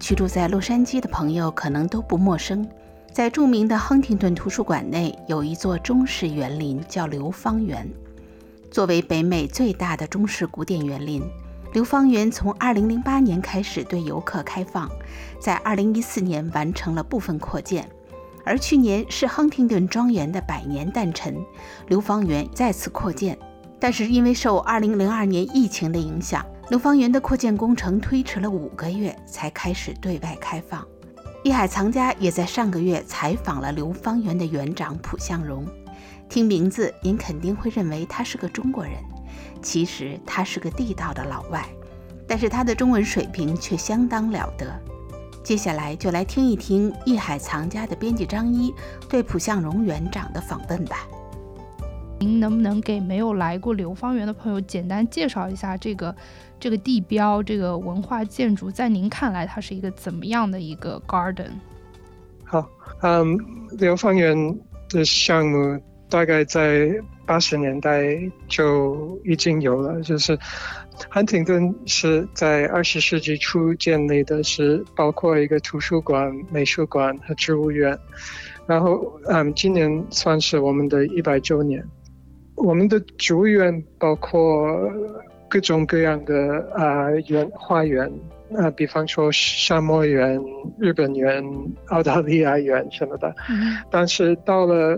居住在洛杉矶的朋友可能都不陌生。在著名的亨廷顿图书馆内有一座中式园林，叫流芳园。作为北美最大的中式古典园林，流芳园从2008年开始对游客开放，在2014年完成了部分扩建。而去年是亨廷顿庄园的100年诞辰，流芳园再次扩建，但是因为受2002年疫情的影响，流芳园的扩建工程推迟了5个月才开始对外开放。艺海藏家也在上个月采访了流芳园的园长蒲向荣。听名字您肯定会认为他是个中国人，其实他是个地道的老外，但是他的中文水平却相当了得。接下来就来听一听艺海藏家的编辑张一对蒲向荣园长的访问吧。 您能不能给没有来过流芳园的朋友简单介绍一下这个地标，这个文化建筑，在您看来它是一个怎么样的一个 garden？ 好，流芳园的项目大概在80年代就已经有了，就是亨廷顿是在20世纪初建立的，是包括一个图书馆、美术馆和植物园。然后今年算是我们的100周年。我们的植物园包括各种各样的花园，比方说沙漠园、日本园、澳大利亚园什么的。但是到了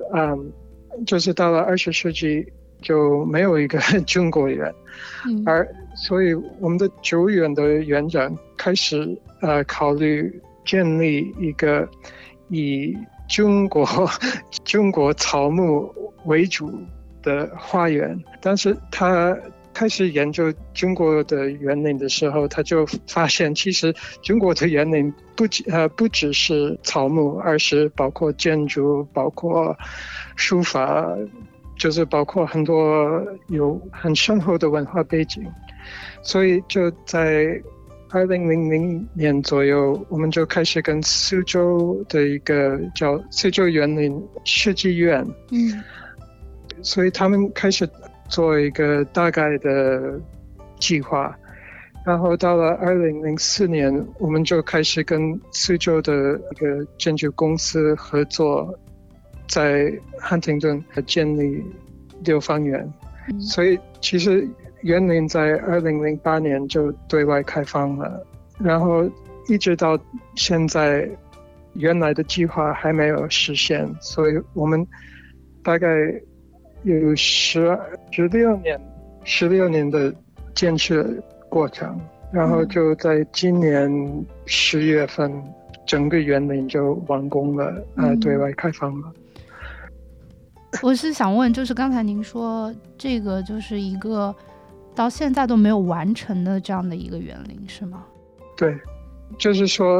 20世纪就没有一个中国园，而所以我们的植物园的园长开始考虑建立一个以中国草木为主的花园。但是他开始研究中国的园林的时候，他就发现其实中国的园林不只是草木，而是包括建筑，包括书法，就是包括很多有很深厚的文化背景。所以就在2000年左右，我们就开始跟苏州的一个叫苏州园林设计院，所以他们开始做一个大概的计划。然后到了2004年，我们就开始跟苏州的一个建筑公司合作，在亨廷顿建立流芳园。所以其实园林在2008年就对外开放了，然后一直到现在原来的计划还没有实现，所以我们大概有16年的建设过程，然后就在今年10月份整个园林就完工了，对外开放了。 我是想问，就是刚才您说这个就是一个到现在都没有完成的这样的一个园林是吗？ 对，就是说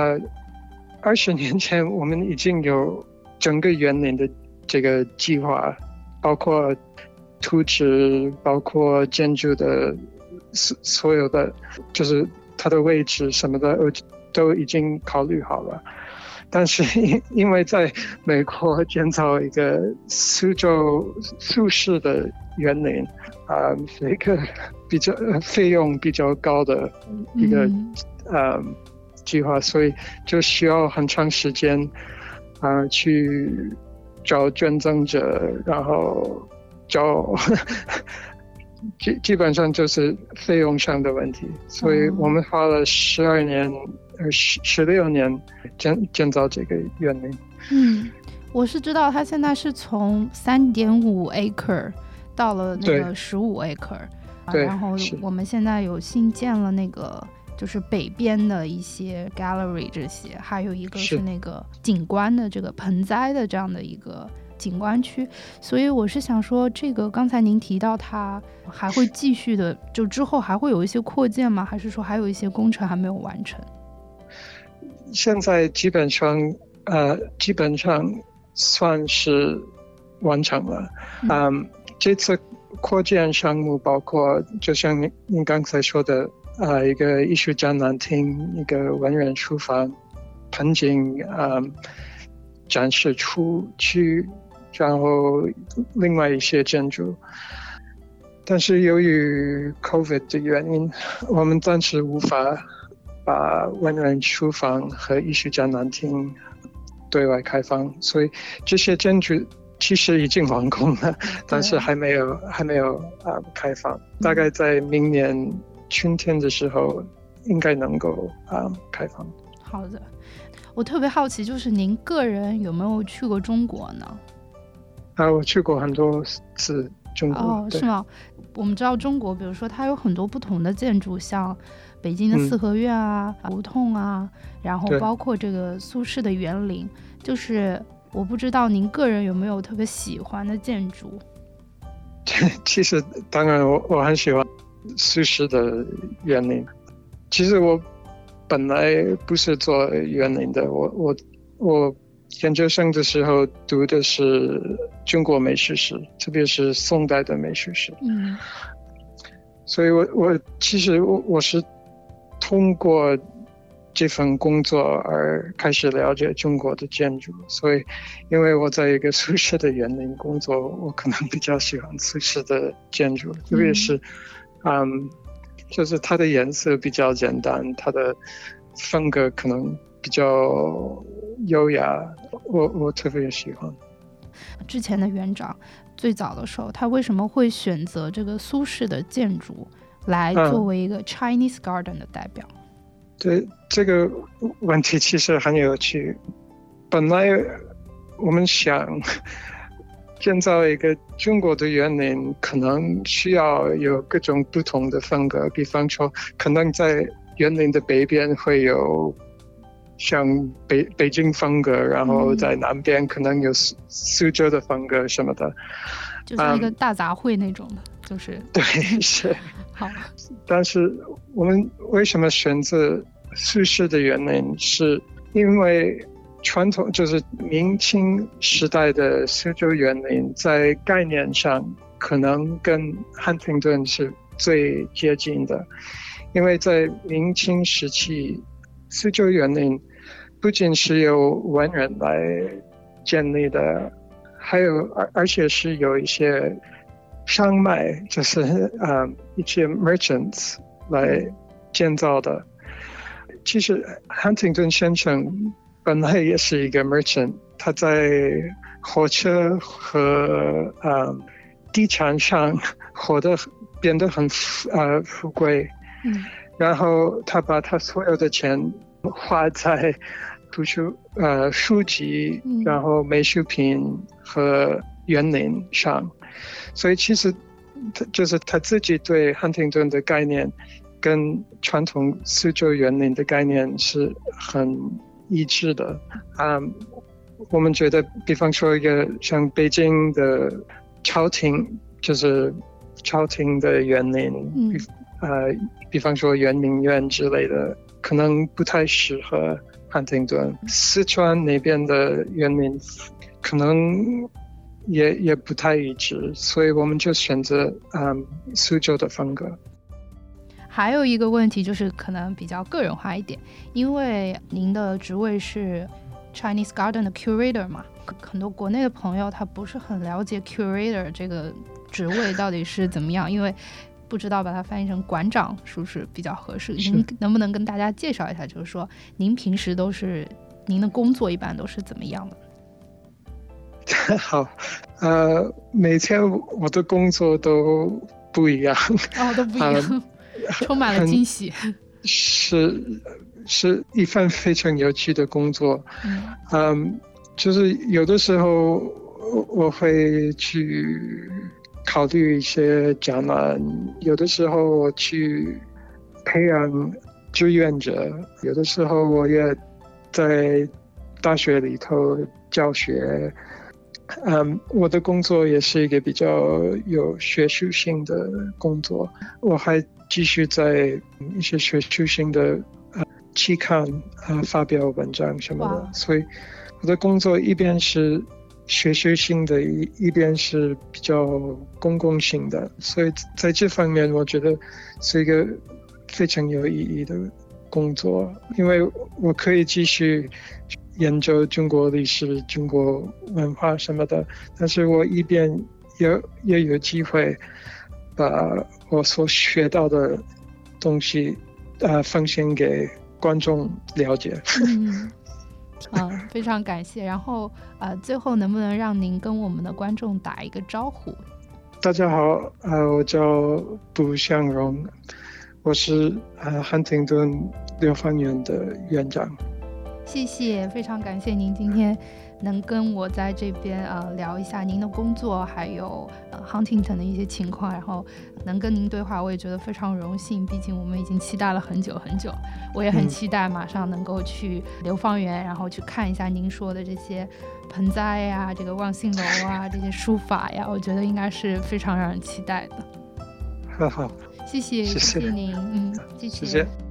20年前我们已经有整个园林的这个计划，包括图纸，包括建筑的所有的，就是它的位置什么的都已经考虑好了。但是因为在美国建造一个苏式的园林，是一个比较费用比较高的一个计划，所以就需要很长时间去找捐赠者，然后找基本上就是费用上的问题，所以我们花了16年建造这个园林。 我是知道它现在是从3.5 acre 到了那个15 acre，然后我们现在有新建了那个就是北边的一些 gallery 这些，还有一个是那个景观的这个盆栽的这样的一个景观区。所以我是想说，这个刚才您提到它还会继续的，就之后还会有一些扩建吗？还是说还有一些工程还没有完成？ 现在基本上算是完成了。这次扩建项目包括就像您刚才说的一个艺术展览厅，一个文人书房，盆景展示区，然后另外一些建筑。但是由于 COVID 的原因，我们暂时无法把文人书房和艺术展览厅对外开放，所以这些建筑其实已经完工了，但是还没有开放，大概在明年春天的时候应该能够开放。 好的，我特别好奇，就是您个人有没有去过中国呢？ 我去过很多次中国。 是吗？我们知道中国，比如说它有很多不同的建筑，像北京的四合院啊、胡同啊，然后包括这个苏轼的园林，就是我不知道您个人有没有特别喜欢的建筑？ 其实当然我很喜欢苏轼的园林。其实我本来不是做园林的，我研究生的时候读的是中国美术史，特别是宋代的美术史。所以其实我是通过这份工作而开始了解中国的建筑，所以因为我在一个苏轼的园林工作，我可能比较喜欢苏轼的建筑，特别是就是它的颜色比较简单，它的风格可能比较优雅，我特别喜欢。 之前的园长最早的时候，他为什么会选择这个苏轼的建筑来作为一个 Chinese Garden 的代表？ 对，这个问题其实很有趣。本来我们想建造一个中国的园林，可能需要有各种不同的风格，比方说可能在园林的北边会有像北京风格，然后在南边可能有苏州的风格什么的， 就像一个大杂烩那种的，就是对，是好。 但是我们为什么选择苏轼的园林，是因为传统就是明清时代的苏州园林在概念上可能跟汉廷顿是最接近的，因为在明清时期，苏州园林不仅是由文人来建立的，还有而且是有一些商卖，就是一些 merchants 来建造的。其实汉廷顿先生本来也是一个 merchant， 他在火车和地产上变得很富贵，然后他把他所有的钱花在书籍，然后美术品和园林上，所以其实就是他自己对汉廷顿的概念跟传统苏州园林的概念是很一致的。我们觉得比方说一个像北京的朝廷，就是朝廷的园林，比方说圆明园之类的，可能不太适合汉廷顿。四川那边的园林可能也不太一致，所以我们就选择苏州的风格。 还有一个问题就是可能比较个人化一点，因为您的职位是 Chinese Garden 的 Curator 嘛，很多国内的朋友他不是很了解 Curator 这个职位到底是怎么样，因为不知道把它翻译成馆长是不是比较合适。您能不能跟大家介绍一下，就是说您平时您的工作一般都是怎么样的？ 好，每天我的工作都不一样， 都不一样，充满了惊喜。 是一份非常有趣的工作。就是有的时候我会去考虑一些展览，有的时候我去培养志愿者，有的时候我也在大学里头教学。我的工作也是一个比较有学术性的工作，我还继续在一些学术性的期刊发表文章什么的，所以我的工作一边是学术性的，一边是比较公共性的，所以在这方面我觉得是一个非常有意义的工作，因为我可以继续研究中国历史、中国文化什么的，但是我一边也有机会把我所学到的东西奉献给观众了解。 非常感谢。然后最后能不能让您跟我们的观众打一个招呼？ 大家好，我叫卜相荣，我是汉庭顿流放园的园长。 谢谢，非常感谢您今天能跟我在这边聊一下您的工作，还有Huntington 的一些情况，然后能跟您对话，我也觉得非常荣幸。毕竟我们已经期待了很久很久，我也很期待马上能够去流放园，然后去看一下您说的这些盆栽呀、这个望星楼啊、这些书法呀，我觉得应该是非常让人期待的。 好， 谢谢您，谢谢。